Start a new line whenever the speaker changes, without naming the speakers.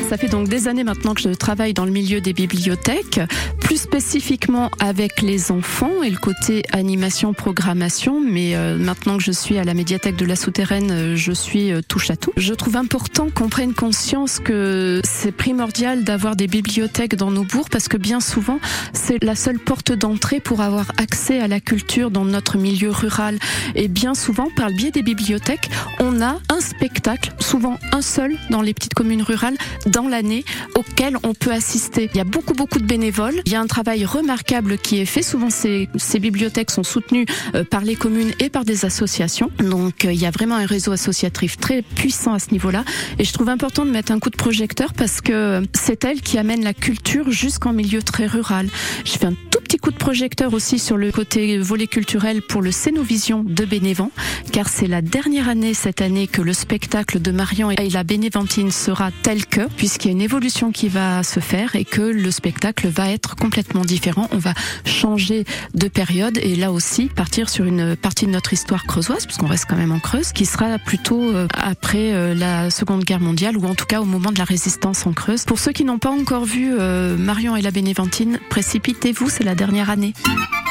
Ça fait donc des années maintenant que je travaille dans le milieu des bibliothèques, plus spécifiquement avec les enfants et le côté animation, programmation, mais maintenant que je suis à la médiathèque de la Souterraine, je suis touche à tout. Je trouve important qu'on prenne conscience que c'est primordial d'avoir des bibliothèques dans nos bourgs parce que bien souvent, c'est la seule porte d'entrée pour avoir accès à la culture dans notre milieu rural. Et bien souvent, par le biais des bibliothèques, on a un spectacle, souvent un seul dans les petites communes rurales, dans l'année, auquel on peut assister. Il y a beaucoup de bénévoles. Il y a un travail remarquable qui est fait. Souvent, ces bibliothèques sont soutenues par les communes et par des associations. Donc, il y a vraiment un réseau associatif très puissant à ce niveau-là. Et je trouve important de mettre un coup de projecteur parce que c'est elle qui amène la culture jusqu'en milieu très rural. Je fais un tout petit coup de projecteur aussi sur le côté volet culturel pour le Cénovision de Bénévent, car c'est la dernière année cette année que le spectacle de Marion et la Bénéventine sera tel que, puisqu'il y a une évolution qui va se faire et que le spectacle va être complètement différent. On va changer de période et là aussi partir sur une partie de notre histoire creusoise, puisqu'on reste quand même en Creuse, qui sera plutôt après la Seconde Guerre mondiale ou en tout cas au moment de la résistance en Creuse. Pour ceux qui n'ont pas encore vu Marion et la Bénéventine, précipitez-vous, c'est la dernière année.